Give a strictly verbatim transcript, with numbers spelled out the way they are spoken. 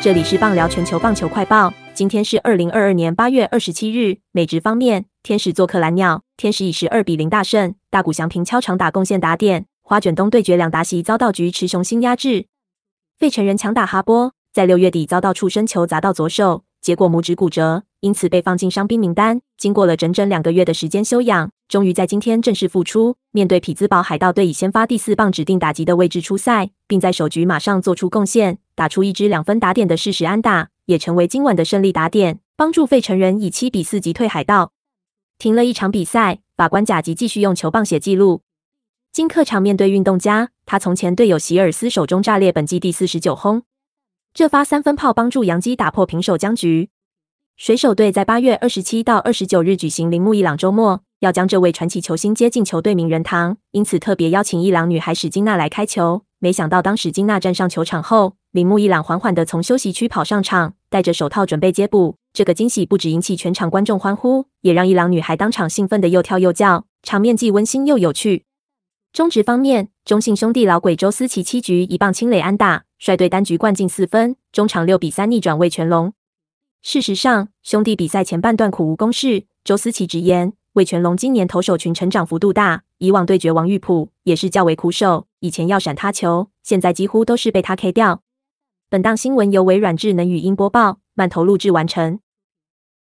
这里是棒聊全球棒球快报，今天是二零二二年八月二十七日。美职方面，天使做客蓝鸟，天使以十二比零大胜，大谷翔平敲长打贡献打点。花卷东对决两打席遭到菊池雄心压制。费城人强打哈波，在六月底遭到触身球砸到左手，结果拇指骨折，因此被放进伤兵名单。经过了整整两个月的时间休养，终于在今天正式复出。面对匹兹堡海盗队，以先发第四棒指定打击的位置出赛，并在首局马上做出贡献，打出一支两分打点的适时安打，也成为今晚的胜利打点，帮助费城人以七比四击退海盗。停了一场比赛，法官甲级继续用球棒写记录。今客场面对运动家，他从前队友席尔斯手中炸裂本季第四十九轰，这发三分炮帮助洋基打破平手僵局。水手队在八月二十七到二十九日举行铃木一朗周末，要将这位传奇球星接进球队名人堂，因此特别邀请一朗女孩史金娜来开球。没想到当史金娜站上球场后，铃木一朗缓缓地从休息区跑上场，戴着手套准备接捕。这个惊喜不只引起全场观众欢呼，也让一朗女孩当场兴奋得又跳又叫，场面既温馨又有趣。中职方面，中信兄弟老鬼周思齐七局一棒清垒安打，率队单局灌进四分，中场六比三逆转味全龙。事实上，兄弟比赛前半段苦无攻势，周思齐直言，味全龙今年投手群成长幅度大，以往对决王玉普也是较为苦手，以前要闪他球，现在几乎都是被他 K 掉。本档新闻由微软智能语音播报，慢投录制完成。